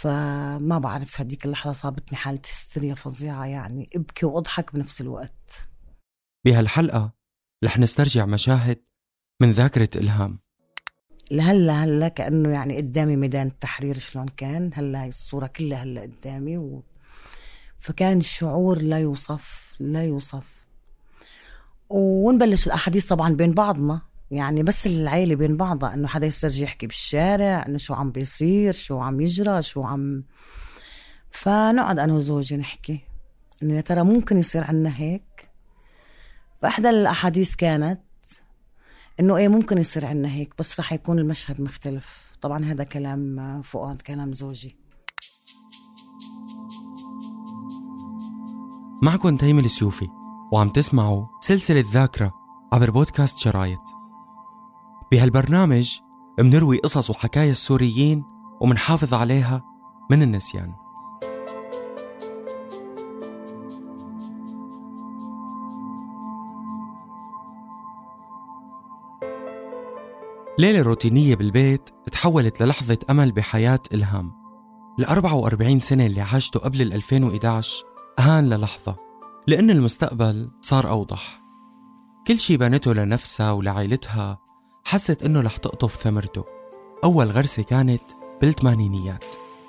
فما بعرف هديك اللحظة صابتني حالة هستيريا فظيعة، يعني ابكي واضحك بنفس الوقت. بهالحلقة رح نسترجع مشاهد من ذاكرة إلهام. هلا كأنه يعني قدامي ميدان التحرير شلون كان، هلا هاي الصورة كلها هلا قدامي فكان الشعور لا يوصف. ونبلش الأحاديث طبعا بين بعضنا، يعني بس العيلة بين بعضها، إنه حدا يسترجي يحكي بالشارع إنه شو عم بيصير، شو عم يجرى، فنقعد أنا وزوجي نحكي إنه يا ترى ممكن يصير عنا هيك. فأحدى الأحاديث كانت إنه إيه ممكن يصير عنا هيك، بس رح يكون المشهد مختلف. طبعا هذا كلام فؤاد، كلام زوجي. معكم تيم السيوفي، وعم تسمعوا سلسلة ذاكرة عبر بودكاست شرايط. بهالبرنامج منروي قصص وحكاية السوريين ومنحافظ عليها من النسيان. ليلة روتينية بالبيت تحولت للحظة أمل بحياة إلهام. 44 سنة اللي عاشته قبل 2011 أهان للحظة، لأن المستقبل صار أوضح. كل شي بنته لنفسها ولعائلتها حست إنه رح تقطف ثمرته. أول غرسة كانت بالثمانينيات.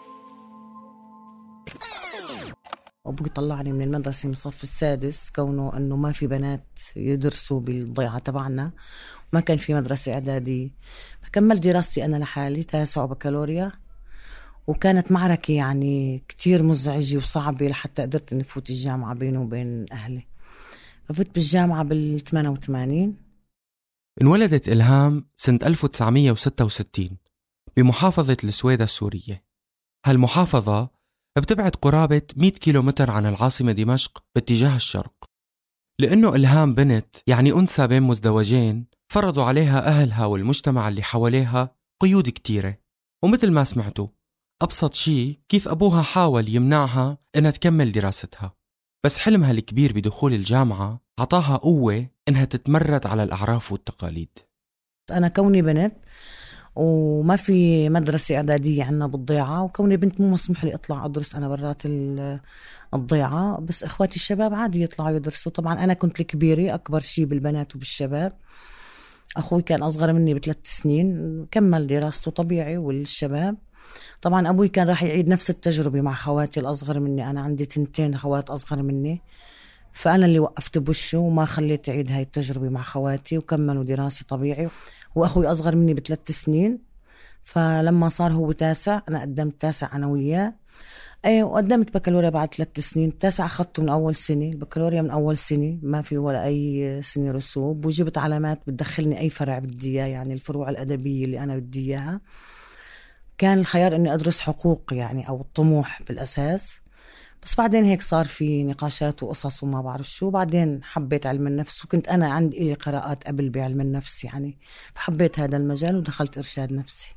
أبوي طلعني من المدرسة من الصف السادس، كونه أنه ما في بنات يدرسوا بالضيعة تبعنا، وما كان في مدرسة إعدادية. فكمل دراستي أنا لحالي، تاسع بكالوريا. وكانت معركة يعني كتير مزعجة وصعبة لحتى قدرت أن فوت الجامعة بيني وبين أهلي. ففوت بالجامعة بال88. انولدت إلهام سنة 1966 بمحافظة السويدة السورية. هالمحافظة بتبعد قرابة 100 كيلومتر عن العاصمة دمشق باتجاه الشرق. لأنه إلهام بنت يعني أنثى بين مزدوجين، فرضوا عليها أهلها والمجتمع اللي حواليها قيود كتيرة. ومثل ما سمعتوا، أبسط شيء كيف أبوها حاول يمنعها إنها تكمل دراستها، بس حلمها الكبير بدخول الجامعة عطاها قوة إنها تتمرد على الأعراف والتقاليد. أنا كوني بنت وما في مدرسة إعدادية عنا بالضيعة، وكوني بنت مو مسموح لي أطلع أدرس أنا برات الضيعة، بس إخواتي الشباب عادي يطلعوا يدرسوا. طبعا أنا كنت الكبيرة، أكبر شي بالبنات وبالشباب. أخوي كان أصغر مني ب3 سنين، كمل دراسته طبيعي. والشباب طبعا أبوي كان راح يعيد نفس التجربة مع خواتي الأصغر مني. أنا عندي 2 خوات أصغر مني، فأنا اللي وقفت بوشه وما خليت أعيد هاي التجربة مع خواتي، وكملوا دراسة طبيعي. وأخوي أصغر مني ب3 سنين، فلما صار هو 9 أنا قدمت 9 أنا وياه. وقدمت بكالوريا بعد 3 سنين. 9 أخذته من أول سنة، البكالوريا من أول سنة، ما في ولا أي سنة رسوب. وجبت علامات بتدخلني أي فرع بدي إياه، يعني الفروع الأدبية اللي أنا بدي إياها. كان الخيار إني أدرس حقوق يعني، أو الطموح بالأساس. بس بعدين هيك صار في نقاشات وقصص وما بعرف شو. بعدين حبيت علم النفس، وكنت أنا عندي إلي قراءات قبل بعلم النفس يعني، فحبيت هذا المجال ودخلت إرشاد نفسي.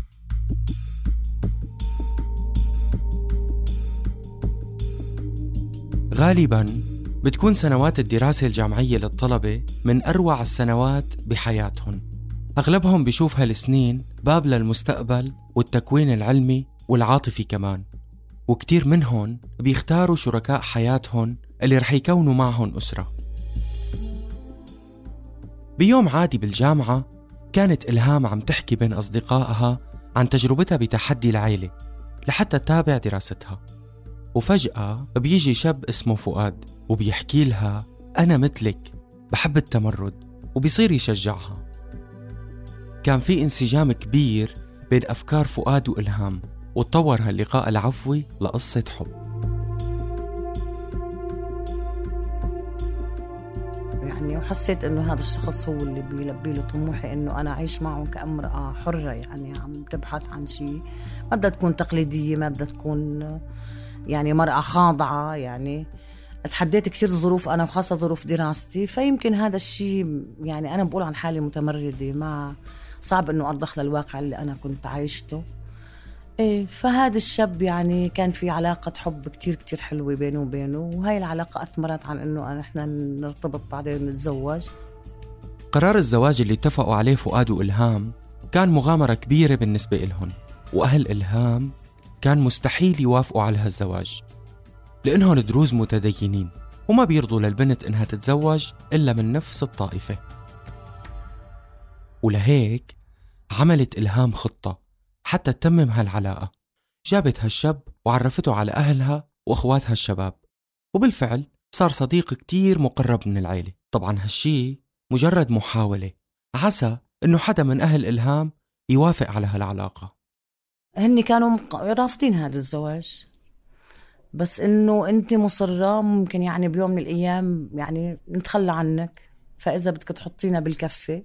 غالباً بتكون سنوات الدراسة الجامعية للطلبة من أروع السنوات بحياتهم. أغلبهم بيشوف هالسنين باب للمستقبل والتكوين العلمي والعاطفي كمان، وكتير منهم بيختاروا شركاء حياتهم اللي رح يكونوا معهم أسرة. بيوم عادي بالجامعة كانت إلهام عم تحكي بين أصدقائها عن تجربتها بتحدي العيلة لحتى تتابع دراستها. وفجأة بيجي شاب اسمه فؤاد وبيحكي لها أنا مثلك بحب التمرد، وبيصير يشجعها. كان في انسجام كبير بين أفكار فؤاد وإلهام، وتطور هاللقاء العفوي لقصة حب. يعني وحسيت إنه هذا الشخص هو اللي بيلبي له طموحي، إنه أنا أعيش معه كامرأة حرة، يعني عم تبحث عن شيء ما بدها تكون تقليدية، ما بدها تكون يعني مرأة خاضعة. يعني اتحديت كثير ظروف أنا، وخاصة ظروف دراستي، فيمكن هذا الشيء يعني أنا بقول عن حالي متمردة، ما صعب إنه أرضخ للواقع اللي أنا كنت عايشته. فهذا الشاب يعني كان في علاقة حب كتير كتير حلوة بينه وبينه، وهاي العلاقة أثمرت عن إنه إحنا نرتبط بعدين نتزوج. قرار الزواج اللي اتفقوا عليه فؤاد وإلهام كان مغامرة كبيرة بالنسبة إلهم، وأهل إلهام كان مستحيل يوافقوا على هالزواج، لأنهم دروز متدينين وما بيرضوا للبنت إنها تتزوج إلا من نفس الطائفة. ولهيك عملت إلهام خطة حتى تتمم هالعلاقة. جابت هالشاب وعرفته على أهلها وأخواتها الشباب، وبالفعل صار صديق كتير مقرب من العيلة. طبعا هالشي مجرد محاولة، عسى إنه حدا من أهل إلهام يوافق على هالعلاقة. هني كانوا رافضين هذا الزواج، بس إنه أنت مصرة ممكن يعني بيوم من الأيام يعني نتخلى عنك، فإذا بدك تحطينا بالكفة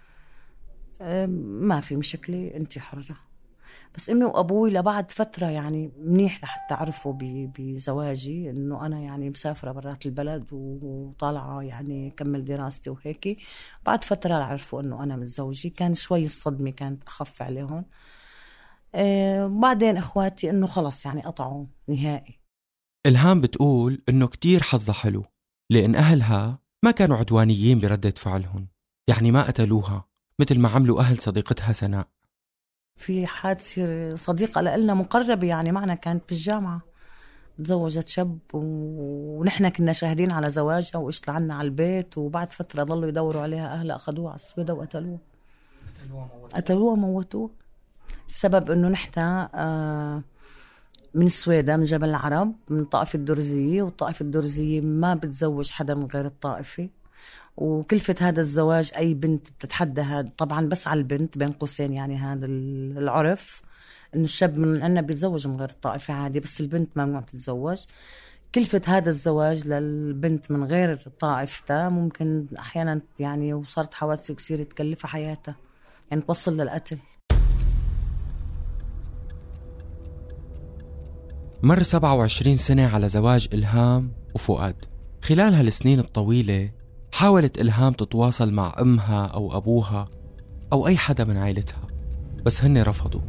ما في مشكلة، أنت حرة. بس أمي وأبوي لبعد فترة يعني منيح لحتى عرفوا بزواجي إنه أنا يعني مسافرة برات البلد وطالعة يعني كمل دراستي وهيك. بعد فترة عرفوا إنه أنا متزوجة، كان شوي الصدمة كانت أخف عليهم. بعدين إخواتي إنه خلص يعني قطعوا نهائي. إلهام بتقول إنه كتير حظها حلو، لأن أهلها ما كانوا عدوانيين بردة فعلهم، يعني ما قتلوها مثل ما عملوا أهل صديقتها سناء. في حادثة صديقة لنا مقربة يعني معنا كانت بالجامعة، تزوجت شاب ونحن كنا شاهدين على زواجها واشتل عنا على البيت، وبعد فترة ضلوا يدوروا عليها أهلها، أخذوها على السويدة وقتلوها. قتلوها موتوها. السبب إنه نحن من السويدة، من جبل العرب، من طائفة الدرزية، والطائفة الدرزية ما بتزوج حدا من غير الطائفة. وكلفة هذا الزواج أي بنت بتتحدى هذا طبعا، بس على البنت بين قوسين يعني هذا العرف إنه الشاب من عنا بيتزوج من غير الطائفة عادي، بس البنت ممنوع تتزوج. كلفة هذا الزواج للبنت من غير طائفتها ممكن أحيانا يعني، وصارت حوادث كثير تكلفها حياتها، يعني توصل للقتل. مر 27 سنة على زواج إلهام وفؤاد. خلال هالسنين الطويلة حاولت إلهام تتواصل مع أمها أو أبوها أو أي حدا من عائلتها، بس هن رفضوا.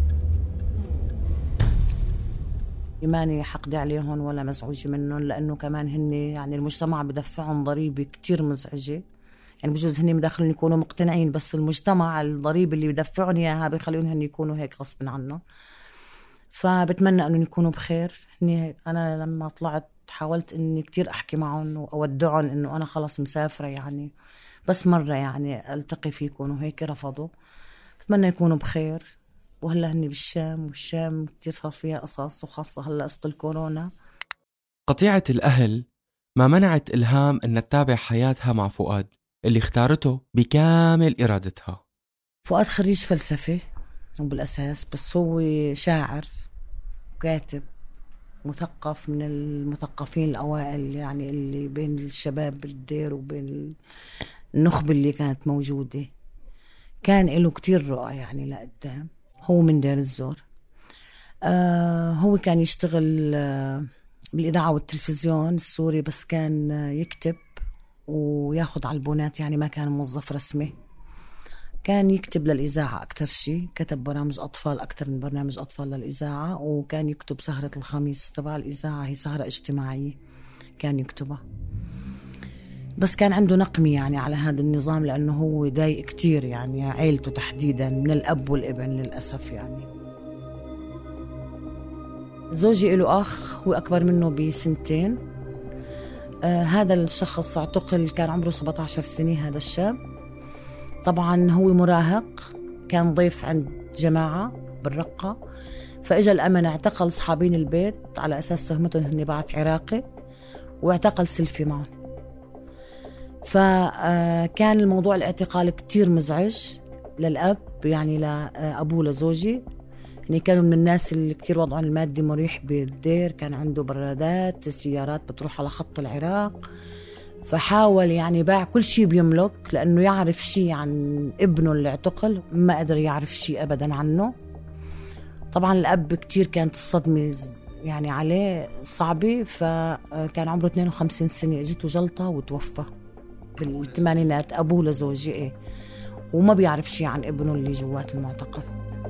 ماني حقدي عليهم ولا مزعوجة منهم، لأنه كمان هن يعني المجتمع بدفعهم ضريبة كتير مزعجة. يعني بجوز هن بداخلهم يكونوا مقتنعين، بس المجتمع الضريبة اللي بدفعون إياها بيخليهم هن يكونوا هيك غصب عنهم. فبتمنى أنهم يكونوا بخير. أنا لما طلعت حاولت أني كتير أحكي معهم وأودعهم أنه أنا خلص مسافرة يعني، بس مرة يعني ألتقي فيكم وهيك رفضوا. بتمنى يكونوا بخير. وهلا هني بالشام، والشام كتير صار فيها قصص، وخاصة هلا قصة الكورونا. قطيعة الأهل ما منعت إلهام أن تتابع حياتها مع فؤاد اللي اختارته بكامل إرادتها. فؤاد خريج فلسفة وبالأساس، بس هو شاعر وكاتب مثقف، من المثقفين الأوائل يعني اللي بين الشباب بالدير وبين النخبة اللي كانت موجودة. كان له كتير رؤى يعني لقدام. هو من دير الزور. هو كان يشتغل بالإذاعة والتلفزيون السوري، بس كان يكتب وياخد علبونات، يعني ما كان موظف رسمي. كان يكتب للإذاعة أكتر شيء، كتب برامج أطفال أكتر من برنامج أطفال للإذاعة، وكان يكتب سهرة الخميس تبع الإذاعة، هي سهرة اجتماعية كان يكتبها. بس كان عنده نقمة يعني على هذا النظام، لأنه هو ضايق كتير يعني عائلته تحديدا من الأب والابن للأسف. يعني زوجي له أخ هو أكبر منه بسنتين. هذا الشخص اعتقل كان عمره 17 سنة هذا الشاب. طبعا هو مراهق، كان ضيف عند جماعة بالرقة، فإجا الأمن اعتقل أصحابين البيت على أساس تهمتهم هني بعث عراقي، واعتقل سلفي معهم. فكان الموضوع الاعتقال كتير مزعج للأب، يعني لأبوه لزوجي. يعني كانوا من الناس اللي كتير وضعهم المادي مريح بالدير، كان عنده برادات سيارات بتروح على خط العراق. فحاول يعني باع كل شيء بيملك لأنه يعرف شيء عن ابنه اللي اعتقل، ما قدر يعرف شيء أبدا عنه. طبعا الأب كتير كانت الصدمة يعني عليه صعبة، فكان عمره 52 سنة اجته جلطة وتوفى بالثمانينات. أبوه لزوجي وما بيعرف شيء عن ابنه اللي جوات المعتقل.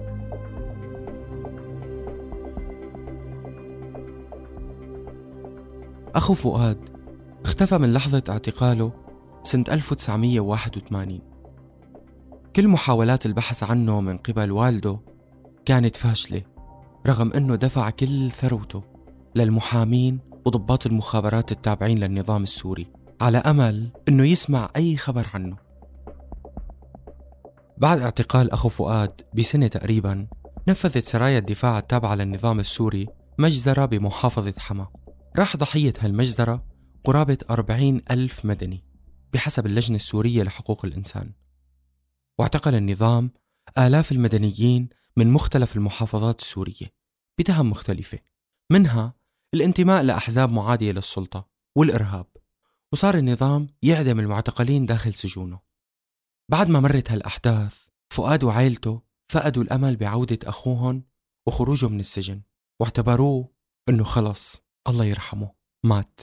أخو فؤاد اختفى من لحظة اعتقاله سنة 1981. كل محاولات البحث عنه من قبل والده كانت فاشلة، رغم أنه دفع كل ثروته للمحامين وضباط المخابرات التابعين للنظام السوري على أمل أنه يسمع أي خبر عنه. بعد اعتقال أخو فؤاد بسنة تقريباً، نفذت سرايا الدفاع التابعة للنظام السوري مجزرة بمحافظة حما. راح ضحية هالمجزرة قرابة 40,000 مدني بحسب اللجنة السورية لحقوق الإنسان. واعتقل النظام آلاف المدنيين من مختلف المحافظات السورية بتهم مختلفة، منها الانتماء لأحزاب معادية للسلطة والإرهاب، وصار النظام يعدم المعتقلين داخل سجونه. بعد ما مرت هالأحداث، فؤاد وعائلته فقدوا الأمل بعودة أخوهم وخروجه من السجن، واعتبروه إنه خلص الله يرحمه مات.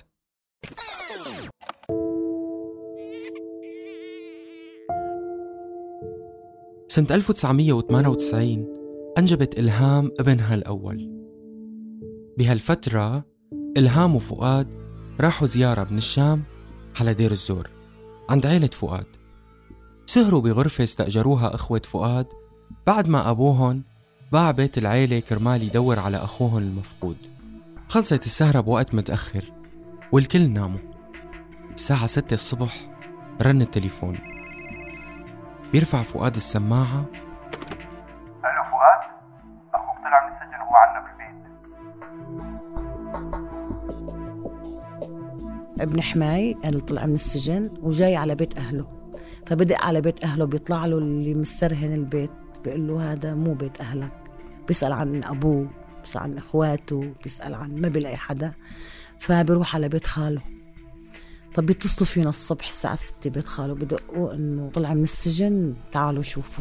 سنة 1998 أنجبت إلهام ابنها الأول. بهالفترة إلهام وفؤاد راحوا زيارة من الشام على دير الزور عند عائلة فؤاد. سهروا بغرفة استأجروها أخوة فؤاد بعد ما أبوهن باع بيت العيلة كرمال يدور على أخوهن المفقود. خلصت السهرة بوقت متأخر والكل ناموا. الساعة 6 الصبح رن التليفون. بيرفع فؤاد السماعة. ألو فؤاد، أخوك طلع من السجن وهو عنا بالبيت. ابن حماي اللي طلع من السجن وجاي على بيت أهله، فبدأ على بيت أهله، بيطلع له اللي مسترهن البيت بيقول له هذا مو بيت أهلك. بيسأل عن أبوه، بيسأل عن إخواته، بيسأل عن ما بيلاقي حدا، فبيروح على بيت خاله. فبيتصلوا فينا الصبح الساعة 6 بيت خاله بدقوا إنه طلع من السجن، تعالوا شوفوا.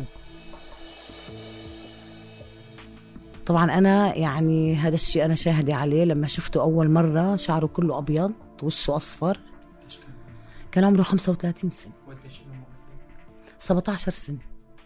طبعا أنا يعني هذا الشيء أنا شاهدة عليه. لما شفته أول مرة شعره كله أبيض وشه أصفر. كان عمره 35 سنة. 17 سنة.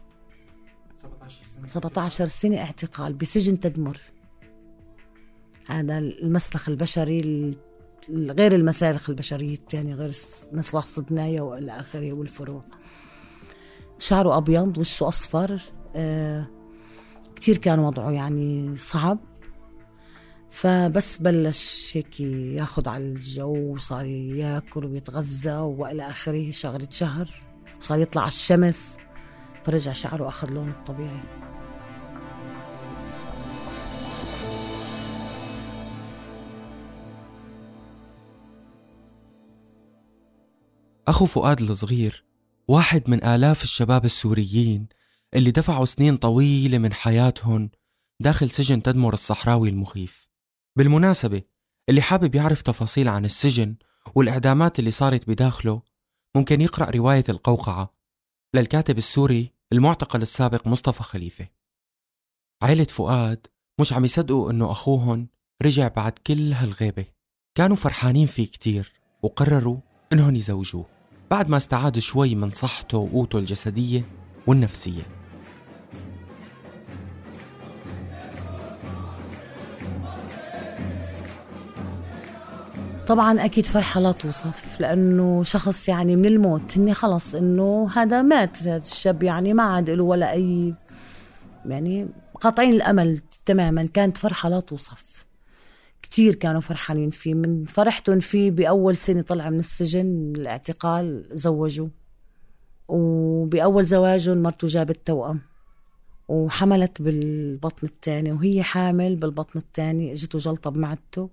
17 سنة اعتقال بسجن تدمر. هذا المسلخ البشري غير المسالخ البشرية الثانية، غير مسلخ صدنايا وإلى آخره والفروع. شعره أبيض وشه أصفر. كتير كان وضعه يعني صعب. فبس بلش هيك ياخد على الجو وصار ياكل ويتغذى وإلى آخره. شغلة شهر وصار يطلع على الشمس، فرجع شعره أخذ لونه الطبيعي. أخو فؤاد الصغير واحد من آلاف الشباب السوريين اللي دفعوا سنين طويلة من حياتهم داخل سجن تدمر الصحراوي المخيف. بالمناسبة، اللي حابب يعرف تفاصيل عن السجن والإعدامات اللي صارت بداخله ممكن يقرأ رواية القوقعة للكاتب السوري المعتقل السابق مصطفى خليفة. عائلة فؤاد مش عم يصدقوا إنه أخوهن رجع بعد كل هالغيبة. كانوا فرحانين فيه كتير وقرروا إنهم يزوجوه بعد ما استعاد شوي من صحته وقوته الجسدية والنفسية. طبعا أكيد فرحة لا توصف، لأنه شخص يعني من الموت، إني خلص إنه هذا مات، هذا الشاب يعني ما عاد له ولا أي، يعني قاطعين الأمل تماما. كانت فرحة لا توصف، كتير كانوا فرحانين فيه. من فرحتهم فيه بأول سنة طلع من السجن الاعتقال زوجوه، وبأول زواجهم مرته جابت توأم وحملت بالبطن الثاني، وهي حامل بالبطن الثاني اجته جلطة بمعدته،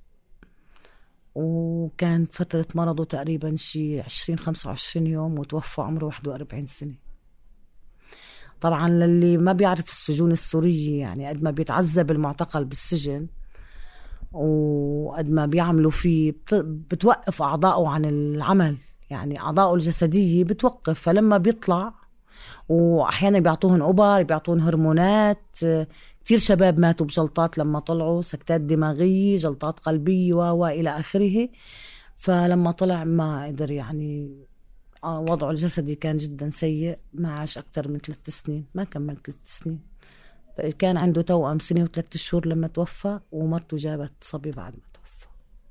وكانت فترة مرضه تقريبا شي 20-25 يوم وتوفى عمره 41 سنة. طبعا للي ما بيعرف السجون السورية يعني قد ما بيتعذب المعتقل بالسجن وقد ما بيعملوا فيه بتوقف أعضاؤه عن العمل، يعني أعضاؤه الجسدية بتوقف. فلما بيطلع وأحيانا بيعطوهن أوبر، بيعطوهن هرمونات. كتير شباب ماتوا بجلطات لما طلعوا، سكتات دماغية، جلطات قلبية وإلى آخره. فلما طلع ما قدر، يعني وضعه الجسدي كان جدا سيء. ما عاش أكتر من 3 سنين، ما كمل 3 سنين. كان عنده توأم 1 و3 شهور لما توفى، ومرته جابت صبي بعد ما توفى.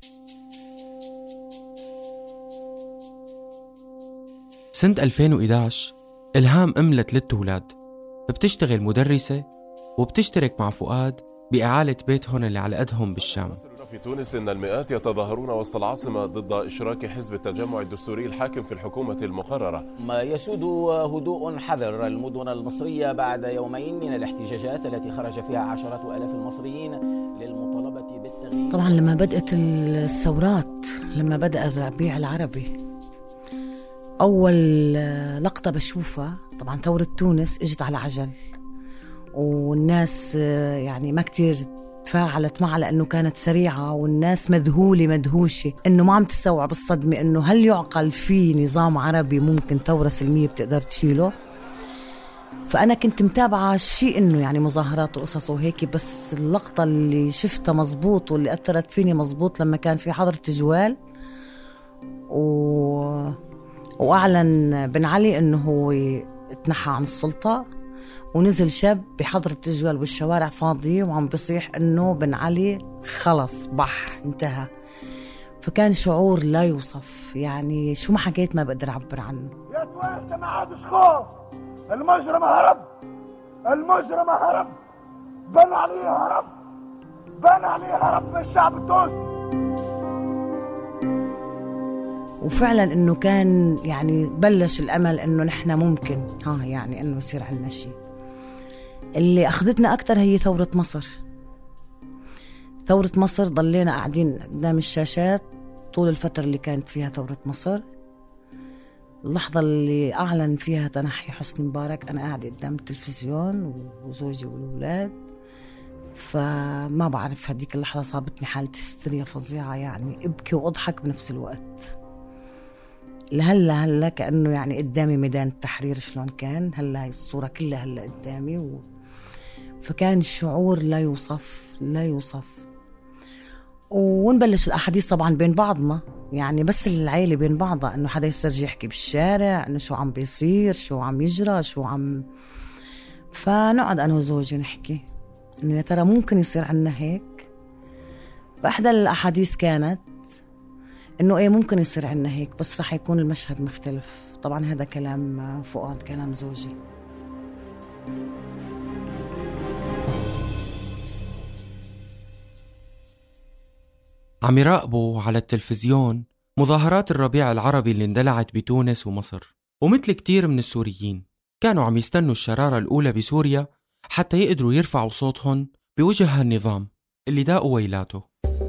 سنة 2011 إلهام أم ل3 أولاد، بتشتغل مدرسة وبتشترك مع فؤاد بإعالة بيتهم اللي على قدهم بالشام. في تونس إن المئات يتظاهرون وسط العاصمة ضد إشراك حزب التجمع الدستوري الحاكم في الحكومة المقررة. ما يسود هدوء حذر المدن المصرية بعد يومين من الاحتجاجات التي خرج فيها عشرات آلاف المصريين للمطالبة بالتغيير. طبعا لما بدأت الثورات، لما بدأ الربيع العربي، أول لقطة بشوفها طبعا ثورة تونس اجت على عجل، والناس يعني ما كتير تفاعلت معها لأنه كانت سريعة، والناس مذهولة مدهوشة إنه ما عم تستوعب الصدمة، إنه هل يعقل في نظام عربي ممكن ثورة سلمية بتقدر تشيله. فأنا كنت متابعة شيء إنه يعني مظاهرات وقصص وهيك، بس اللقطة اللي شفتها مزبوط واللي أثرت فيني مزبوط لما كان في حضرة جوال وأعلن بن علي إنه هو اتنحى عن السلطة، ونزل شاب بحضرة جوال والشوارع فاضية وعم بيصيح إنه بن علي خلص بح انتهى. فكان شعور لا يوصف، يعني شو ما حكيت ما بقدر أعبر عنه. يا تويسة ما عادش خوف، المجرم هرب، المجرم هرب، بن عليه هرب، بن عليه هرب من الشعب التونسي. وفعلا إنه كان يعني بلش الأمل إنه نحن ممكن يعني إنه يصير عنا شيء. اللي أخذتنا أكتر هي ثورة مصر. ثورة مصر ضلينا قاعدين قدام الشاشات طول الفترة اللي كانت فيها ثورة مصر. اللحظة اللي أعلن فيها تنحي حسني مبارك أنا قاعدة قدام التلفزيون وزوجي والأولاد، فما بعرف هديك اللحظة صابتني حالة هستيريا فظيعة، يعني أبكي وأضحك بنفس الوقت. هلا كأنه يعني قدامي ميدان التحرير شلون كان، هلا هاي الصورة كلها هلا قدامي فكان الشعور لا يوصف لا يوصف. ونبلش الأحاديث طبعا بين بعضنا، يعني بس العيلة بين بعضها، إنه حدا يسرج يحكي بالشارع إنه شو عم بيصير، شو عم يجرى، شو عم. فنقعد أنا وزوجي نحكي إنه يا ترى ممكن يصير عنا هيك. فأحدى الأحاديث كانت إنه إيه ممكن يصير عنا هيك، بس رح يكون المشهد مختلف. طبعا هذا كلام فؤاد، كلام زوجي. عم يراقبوا على التلفزيون مظاهرات الربيع العربي اللي اندلعت بتونس ومصر، ومثل كتير من السوريين كانوا عم يستنوا الشرارة الأولى بسوريا حتى يقدروا يرفعوا صوتهم بوجه النظام اللي داقوا ويلاته.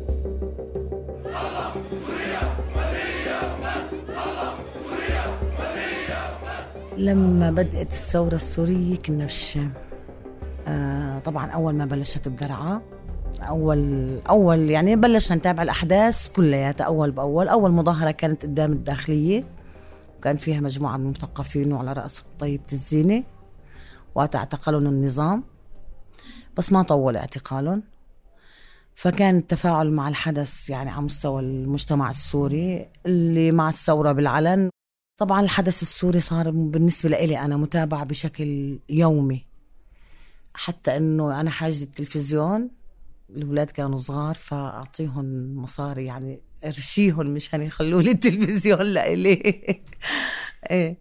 لما بدأت الثورة السورية كنا بالشام. طبعا أول ما بلشت بدرعا، أول يعني بلشنا نتابع الأحداث كلياتها أول بأول. أول مظاهرة كانت قدام الداخلية، وكان فيها مجموعة من المثقفين وعلى رأس طيبة الزينة، واعتقلوا النظام بس ما طول اعتقالهم. فكان التفاعل مع الحدث يعني على مستوى المجتمع السوري اللي مع الثورة بالعلن. طبعا الحدث السوري صار بالنسبة لي أنا متابع بشكل يومي، حتى أنه أنا حاجز التلفزيون، الأولاد كانوا صغار فأعطيهم مصاري يعني أرشيهم مشان يخلوا لي التلفزيون لإلي. إيه.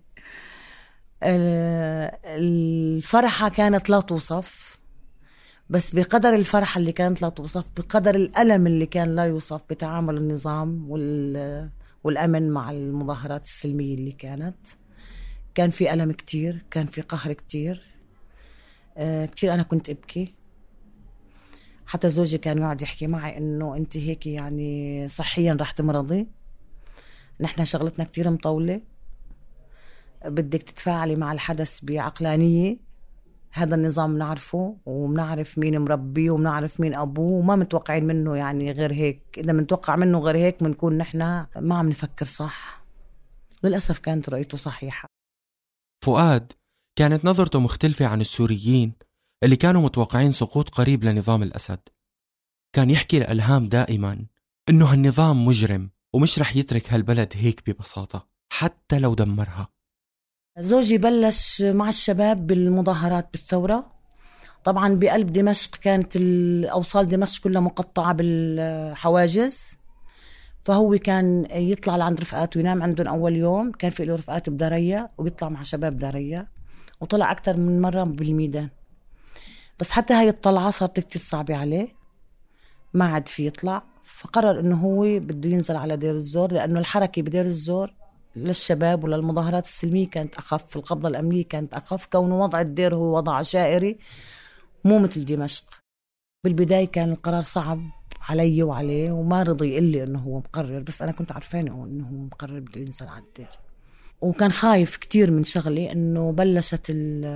الفرحة كانت لا توصف، بس بقدر الفرحة اللي كانت لا توصف بقدر الألم اللي كان لا يوصف بتعامل النظام والأمن مع المظاهرات السلمية اللي كان في ألم كتير، كان في قهر كتير. كتير أنا كنت أبكي، حتى زوجي كان يقعد يحكي معي إنه أنت هيك يعني صحيا رح تمرضي، نحن شغلتنا كتير مطولة، بدك تتفاعلي مع الحدث بعقلانية. هذا النظام بنعرفه وبنعرف مين مربيه وبنعرف مين أبوه، وما متوقعين منه يعني غير هيك. إذا منتوقع منه غير هيك منكون نحن ما عم نفكر صح. للأسف كانت رؤيته صحيحة. فؤاد كانت نظرته مختلفة عن السوريين اللي كانوا متوقعين سقوط قريب لنظام الأسد. كان يحكي لإلهام دائما إنه هالنظام مجرم ومش رح يترك هالبلد هيك ببساطة حتى لو دمرها. زوجي بلش مع الشباب بالمظاهرات بالثورة. طبعا بقلب دمشق كانت أوصال دمشق كلها مقطعة بالحواجز، فهو كان يطلع لعند رفقاته وينام عندهم أول يوم. كان في له رفقات بدارية وبيطلع مع شباب دارية، وطلع أكتر من مرة بالميدان. بس حتى هاي الطلعة صارت كتير صعبة عليه، ما عاد في يطلع. فقرر إنه هو بده ينزل على دير الزور، لأنه الحركة بدير الزور للشباب وللمظاهرات السلمية كانت أخف، القبضة الأمنية كانت أخف، كونه وضع الدير هو وضع عشائري مو مثل دمشق. بالبداية كان القرار صعب علي وعليه، وما رضي يقول لي إنه هو مقرر، بس أنا كنت عارفانه إنه هو مقرر بده ينزل على الدير. وكان خايف كتير من شغلي، إنه بلشت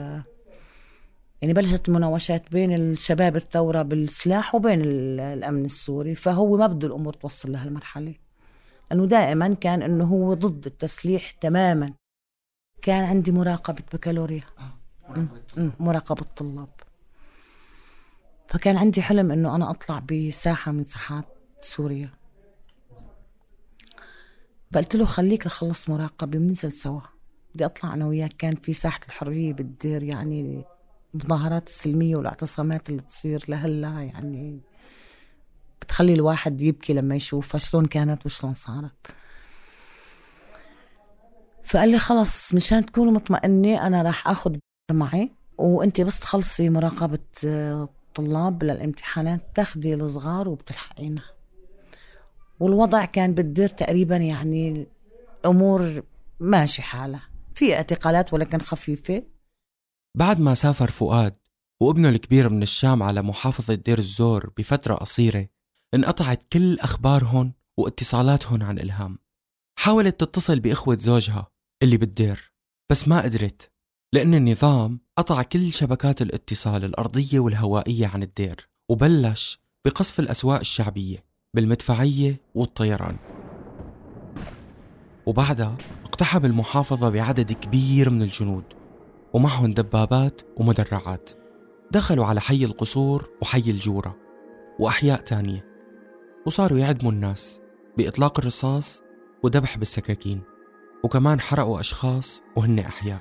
المناوشات بين الشباب الثورة بالسلاح وبين الأمن السوري، فهو ما بده الأمور توصل لهالمرحلة، لأنه دائما كان إنه هو ضد التسليح تماما. كان عندي مراقبة بكالوريا، مراقبة طلاب. فكان عندي حلم إنه أنا أطلع بساحة من ساحات سوريا. فقلت له خليك لخلص مراقبة وننزل سوا، بدي أطلع أنا وياك. كان في ساحة الحرية بالدير، يعني المظاهرات السلمية والاعتصامات اللي تصير لهلا يعني بتخلي الواحد يبكي لما يشوفها شلون كانت وشلون صارت. فقال لي خلص مشان تكونوا مطمئنة أنا راح أخذ معي، وأنت بس تخلصي مراقبة طلاب للامتحانات تاخدي الصغار وبتلحقينا. والوضع كان بالدير تقريبا يعني أمور ماشي حالة، في اعتقالات ولكن خفيفة. بعد ما سافر فؤاد وابنه الكبير من الشام على محافظة دير الزور بفترة قصيرة، انقطعت كل أخبارهم واتصالاتهم عن إلهام. حاولت تتصل بإخوة زوجها اللي بالدير بس ما قدرت، لأن النظام قطع كل شبكات الاتصال الأرضية والهوائية عن الدير، وبلش بقصف الأسواق الشعبية بالمدفعية والطيران. وبعدها اقتحم المحافظة بعدد كبير من الجنود ومعهم دبابات ومدرعات. دخلوا على حي القصور وحي الجورة وأحياء تانية، وصاروا يعدموا الناس بإطلاق الرصاص وذبح بالسكاكين، وكمان حرقوا أشخاص وهن أحياء.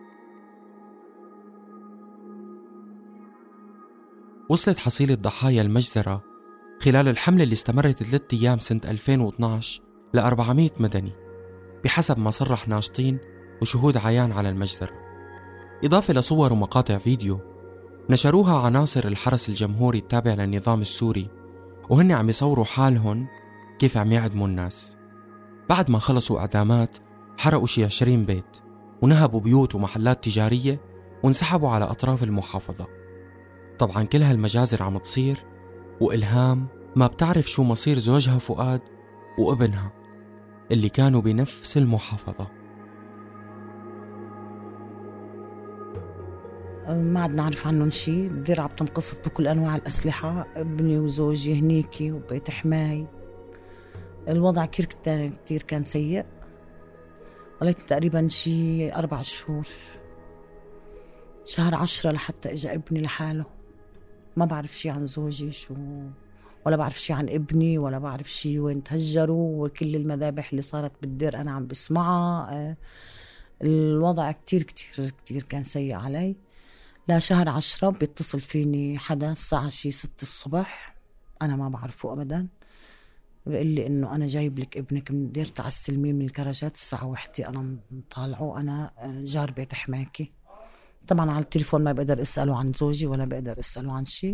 وصلت حصيلة ضحايا المجزرة خلال الحملة اللي استمرت 3 أيام سنة 2012 ل400 مدني بحسب ما صرح ناشطين وشهود عيان على المجزرة، إضافة لصور ومقاطع فيديو نشروها عناصر الحرس الجمهوري التابع للنظام السوري، وهن عم يصوروا حالهم كيف عم يعدموا الناس. بعد ما خلصوا إعدامات حرقوا شي 20 بيت ونهبوا بيوت ومحلات تجارية وانسحبوا على أطراف المحافظة. طبعا كل هالمجازر عم تصير وإلهام ما بتعرف شو مصير زوجها فؤاد وابنها اللي كانوا بنفس المحافظة. ما عاد نعرف عنهم شيء. الدير عم تنقصف بكل أنواع الأسلحة، ابني وزوجي هنيكي وبيت حماي. الوضع كتير كان سيء، ولكن تقريبا شي 4 شهور، شهر 10 لحتى إجا ابني لحاله. ما بعرف شي عن زوجي ولا بعرف شي عن ابني، ولا بعرف شي وين تهجروا، وكل المذابح اللي صارت بالدير أنا عم بسمعها. الوضع كتير كان سيء علي. لا شهر 10 بيتصل فيني حدا الساعة شي 6 الصبح، أنا ما بعرفه أبدا، بيقول لي إنه أنا جايب لك ابنك من الدير تاع السلمية من الكراجات الساعة 1. أنا مطالعه، أنا جار بيت حماكي. طبعا على التليفون ما بقدر أسأله عن زوجي ولا بقدر أسأله عن شي.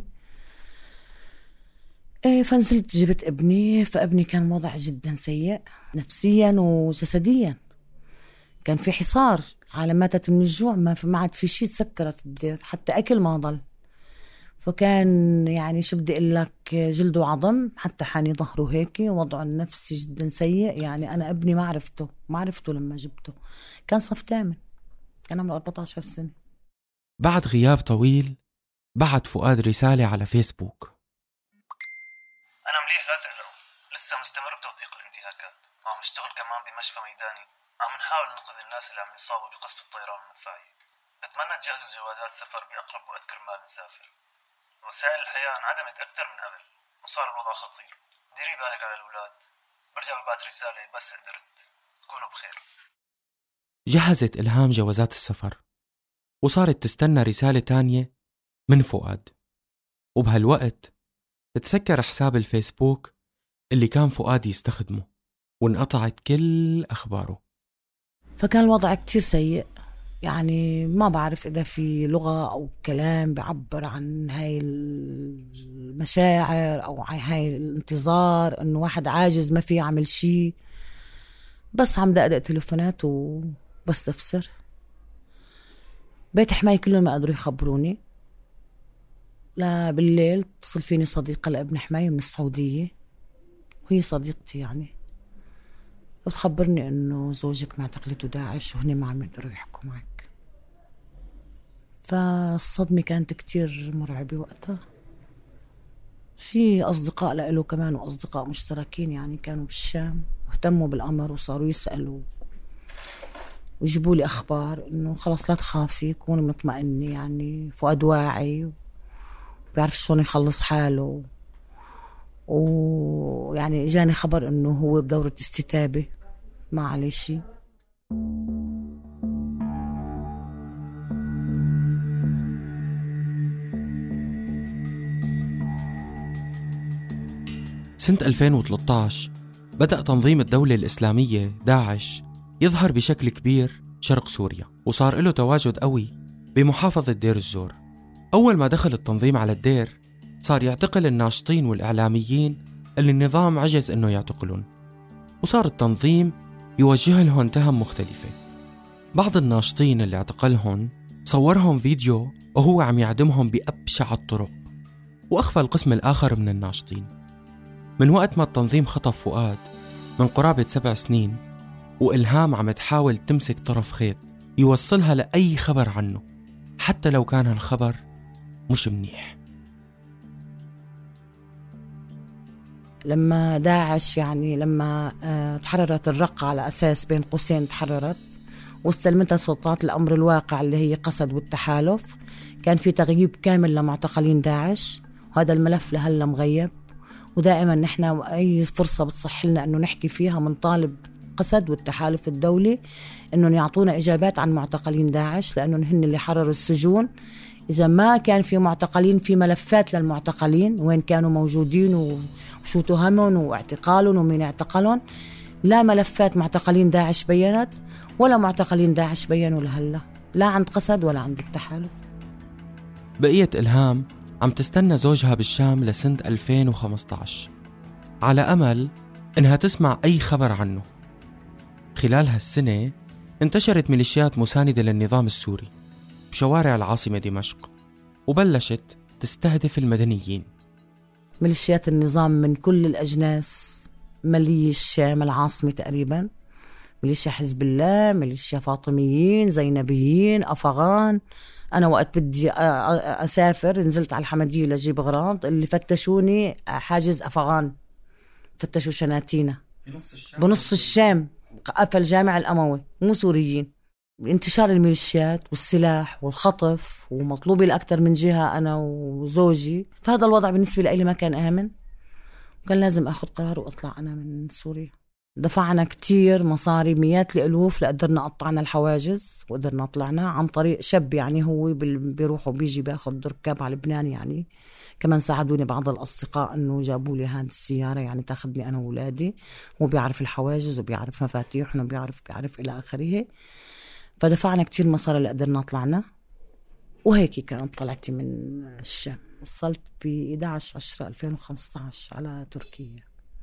فنزلت جبت ابني. فابني كان وضع جدا سيء نفسيا وجسديا، كان في حصار، عالم ماتت من الجوع، ما عاد في شيء، تسكرت الدير، حتى أكل ما ضل. فكان يعني شو بدي أقول لك، جلده وعظم، حتى حاني ظهره هيك، وضعه النفسي جدا سيء. يعني أنا ابني ما عرفته لما جبته، كان صف 8، كان عمره 14 سنة. بعد غياب طويل بعت فؤاد رسالة على فيسبوك: أنا مليح لا تقلقوا، لسه مستمر بتوثيق الانتهاكات، وعم نشتغل كمان بمشفى ميداني، عم نحاول ننقذ الناس اللي عم يصابوا بقصف الطيران المدفعي. بتمنى تجهزوا جوازات سفر بأقرب وقت كرمال نسافر. وسائل الحياة انعدمت أكثر من قبل وصار الوضع خطير. ديري بالك على الأولاد، برجع ببعت رسالة بس قدرت. كونوا بخير. جهزت إلهام جوازات السفر وصارت تستنى رسالة تانية من فؤاد. وبهالوقت تسكر حساب الفيسبوك اللي كان فؤاد يستخدمه، وانقطعت كل أخباره. فكان الوضع كتير سيء، يعني ما بعرف إذا في لغة أو كلام بيعبر عن هاي المشاعر أو هاي الانتظار، إنه واحد عاجز ما فيه يعمل شيء. بس عم دقدق تليفونات وبستفسر. بيت حماي كلهم ما قدروا يخبروني. لا بالليل اتصل فيني صديقة لابن حماي من السعودية، وهي صديقتي يعني، وتخبرني إنه زوجك معتقلته داعش وهني ما عم يقدروا يحكوا معك. فالصدمة كانت كتير مرعبة وقتها. في أصدقاء له كمان وأصدقاء مشتركين يعني كانوا بالشام واهتموا بالأمر وصاروا يسألوا ويجيبوا لي أخبار إنه خلاص لا تخافي، كوني مطمئنة، يعني فؤاد واعي وبيعرف شلون يخلص حاله. ويعني جاني خبر إنه هو بدورة استتابة ما عليه شيء. سنة 2013 بدأ تنظيم الدولة الإسلامية داعش يظهر بشكل كبير شرق سوريا، وصار له تواجد قوي بمحافظة دير الزور. أول ما دخل التنظيم على الدير صار يعتقل الناشطين والإعلاميين اللي النظام عجز إنه يعتقلون، وصار التنظيم يوجه لهم تهم مختلفة. بعض الناشطين اللي اعتقلهم صورهم فيديو وهو عم يعدمهم بأبشع الطرق، وأخفى القسم الآخر من الناشطين. من وقت ما التنظيم خطف فؤاد من قرابة 7 سنين، وإلهام عم تحاول تمسك طرف خيط يوصلها لأي خبر عنه، حتى لو كان هالخبر مش منيح. لما داعش يعني لما تحررت الرقة على أساس بين قوسين تحررت واستلمتها سلطات الأمر الواقع اللي هي قسد والتحالف، كان في تغييب كامل لمعتقلين داعش، وهذا الملف لهلا مغيب. ودائما نحن أي فرصة بتصح لنا أنه نحكي فيها من طالب قسد والتحالف الدولي أنه يعطونا إجابات عن معتقلين داعش، لأنه هن اللي حرروا السجون. إذا ما كان في معتقلين، في ملفات للمعتقلين وين كانوا موجودين وشو تهمهم واعتقالهم ومين اعتقلهم. لا ملفات معتقلين داعش بينت ولا معتقلين داعش بينوا لهلا، لا عند قسد ولا عند التحالف. بقية إلهام عم تستنى زوجها بالشام لسنة 2015 على أمل إنها تسمع أي خبر عنه. خلال هالسنة انتشرت ميليشيات مساندة للنظام السوري بشوارع العاصمة دمشق، وبلشت تستهدف المدنيين. ميليشيات النظام من كل الأجناس ملي الشام العاصمة تقريبا، ميليشيا حزب الله، ميليشيا فاطميين، زينبيين، أفغان. أنا وقت بدي أسافر نزلت على الحمدية لجيب غراض، اللي فتشوني حاجز أفغان، فتشوا شناتينا بنص الشام، قفل الجامع الأموي، مو سوريين. انتشار الميليشيات والسلاح والخطف، ومطلوبي لأكثر من جهة أنا وزوجي. فهذا الوضع بالنسبة لي ما كان آمن، وكان لازم أخذ قرار وأطلع أنا من سوريا. دفعنا كتير مصاري، مئات الألوف، لقدرنا قطعنا الحواجز وقدرنا طلعنا عن طريق شاب يعني هو بيروح وبيجي بياخد ركاب على لبنان. يعني كمان ساعدوني بعض الأصدقاء أنه جابوا لي هان السيارة يعني تاخدني أنا وولادي، هو بيعرف الحواجز وبيعرف مفاتيحنا وبيعرف إلى آخره. فدفعنا كتير مصاري لقدرنا طلعنا، وهيك كانت طلعتي من الشام. وصلت ب 11/10/2015 على تركيا.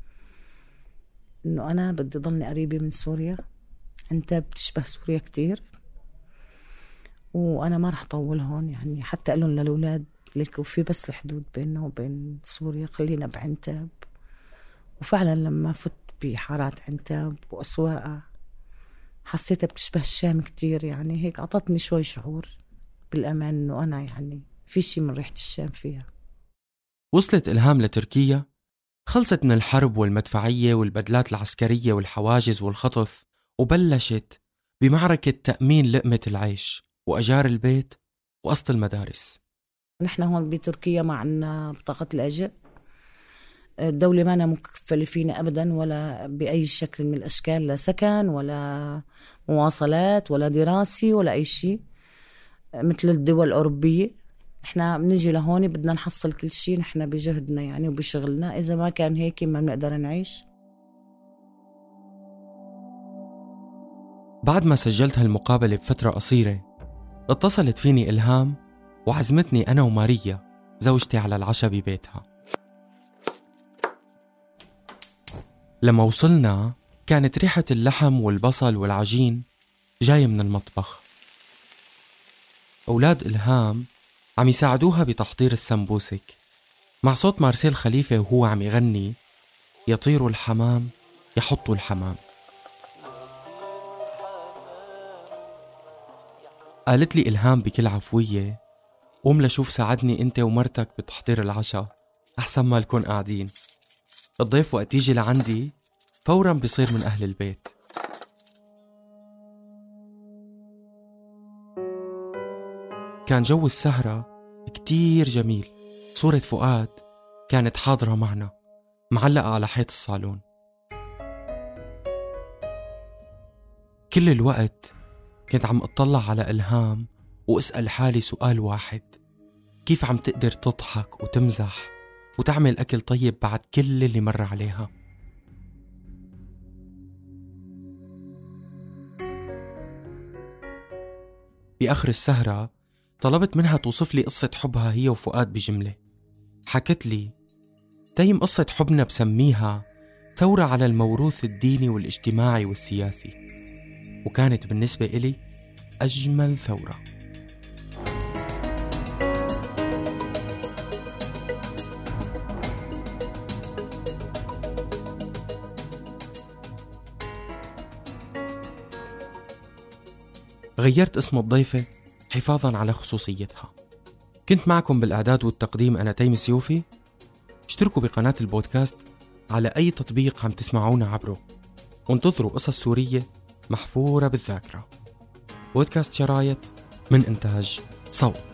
إنه أنا بدي ضلني قريبة من سوريا، أنت بتشبه سوريا كتير، وأنا ما رح طول هون. يعني حتى قالوا للأولاد لك وفي بس الحدود بيننا وبين سوريا، خلينا بعنتاب. وفعلا لما فت بحارات عنتاب وأسواقها حسيتها بتشبه الشام كتير. يعني هيك عطتني شوي شعور بالأمان إنه أنا يعني في شي من ريحة الشام فيها. وصلت إلهام لتركيا، خلصت من الحرب والمدفعية والبدلات العسكرية والحواجز والخطف، وبلشت بمعركة تأمين لقمة العيش وأجار البيت وقسط المدارس. نحن هون بتركيا ما عنا بطاقة لاجئ، الدولة ما مكفلة فينا أبدا ولا بأي شكل من الأشكال، لا سكن ولا مواصلات ولا دراسي ولا أي شيء مثل الدول الأوروبية. إحنا بنجي لهون بدنا نحصل كل شيء نحن بجهدنا يعني وبشغلنا، إذا ما كان هيك ما بنقدر نعيش. بعد ما سجلت هالمقابلة بفترة قصيرة اتصلت فيني إلهام وعزمتني أنا وماريا زوجتي على العشاء ببيتها. لما وصلنا كانت ريحة اللحم والبصل والعجين جاية من المطبخ. أولاد إلهام عم يساعدوها بتحضير السمبوسك مع صوت مارسيل خليفة وهو عم يغني يطير الحمام يحط الحمام. قالت لي إلهام بكل عفوية قوم لشوف ساعدني أنت ومرتك بتحضير العشاء أحسن ما نكون قاعدين، الضيف وقت يجي لعندي فوراً بيصير من أهل البيت. كان جو السهرة كتير جميل. صورة فؤاد كانت حاضرة معنا معلقة على حيط الصالون. كل الوقت كنت عم أطلع على إلهام وأسأل حالي سؤال واحد: كيف عم تقدر تضحك وتمزح وتعمل أكل طيب بعد كل اللي مر عليها؟ بآخر السهرة طلبت منها توصف لي قصة حبها هي وفؤاد بجملة. حكت لي تيم قصة حبنا بسميها ثورة على الموروث الديني والاجتماعي والسياسي، وكانت بالنسبة إلي أجمل ثورة. غيرت اسم الضيفة حفاظاً على خصوصيتها. كنت معكم بالإعداد والتقديم أنا تيم السيوفي. اشتركوا بقناة البودكاست على أي تطبيق عم تسمعونا عبره، وانتظروا قصص سورية محفورة بالذاكرة. بودكاست شرايط من إنتاج صوت.